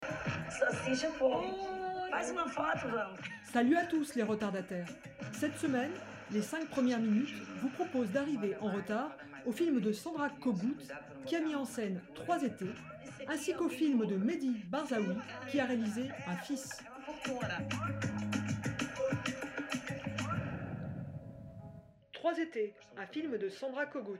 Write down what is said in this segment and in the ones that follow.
Salut à tous les retardataires. Cette semaine, les 5 premières minutes vous proposent d'arriver en retard au film de Sandra Kogut qui a mis en scène 3 étés, ainsi qu'au film de Mehdi Barzaoui qui a réalisé Un fils. Trois étés, un film de Sandra Kogut.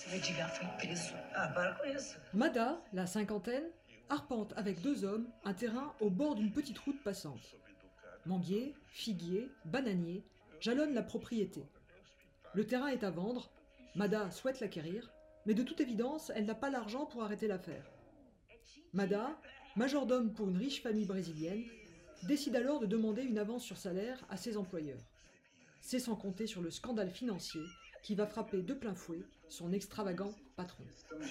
Mada, la cinquantaine, arpente avec 2 hommes un terrain au bord d'une petite route passante. Manguiers, figuiers, bananiers jalonnent la propriété. Le terrain est à vendre, Mada souhaite l'acquérir, mais de toute évidence, elle n'a pas l'argent pour arrêter l'affaire. Mada, majordome pour une riche famille brésilienne, décide alors de demander une avance sur salaire à ses employeurs. C'est sans compter sur le scandale financier qui va frapper de plein fouet son extravagant patron.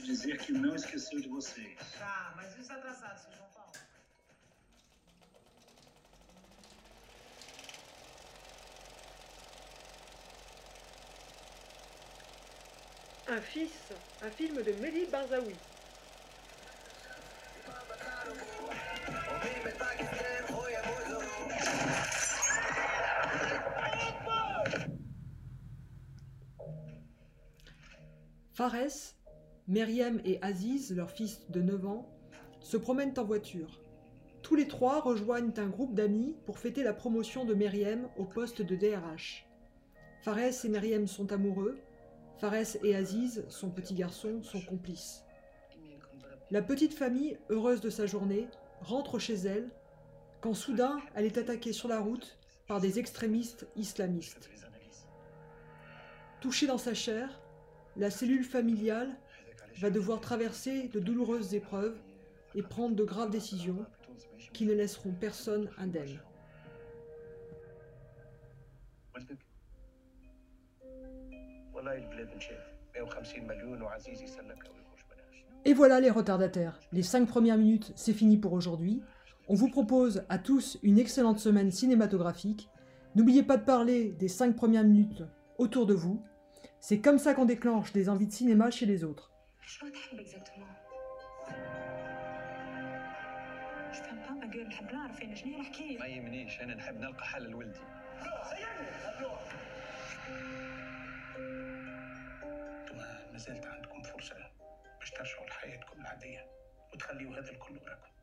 Un fils, un film de Mehdi Barzaoui. Fares, Meriem et Aziz, leur fils de 9 ans, se promènent en voiture. Tous les 3 rejoignent un groupe d'amis pour fêter la promotion de Meriem au poste de DRH. Fares et Meriem sont amoureux, Fares et Aziz, son petit garçon, sont complices. La petite famille, heureuse de sa journée, rentre chez elle, quand soudain elle est attaquée sur la route par des extrémistes islamistes. Touchée dans sa chair, la cellule familiale va devoir traverser de douloureuses épreuves et prendre de graves décisions qui ne laisseront personne indemne. Et voilà les retardataires, les 5 premières minutes, c'est fini pour aujourd'hui. On vous propose à tous une excellente semaine cinématographique. N'oubliez pas de parler des 5 premières minutes autour de vous. C'est comme ça qu'on déclenche des envies de cinéma chez les autres. ما زالت عندكم فرصة باش ترجعوا لحياتكم العادية وتخليوا هذا الكل وراكم.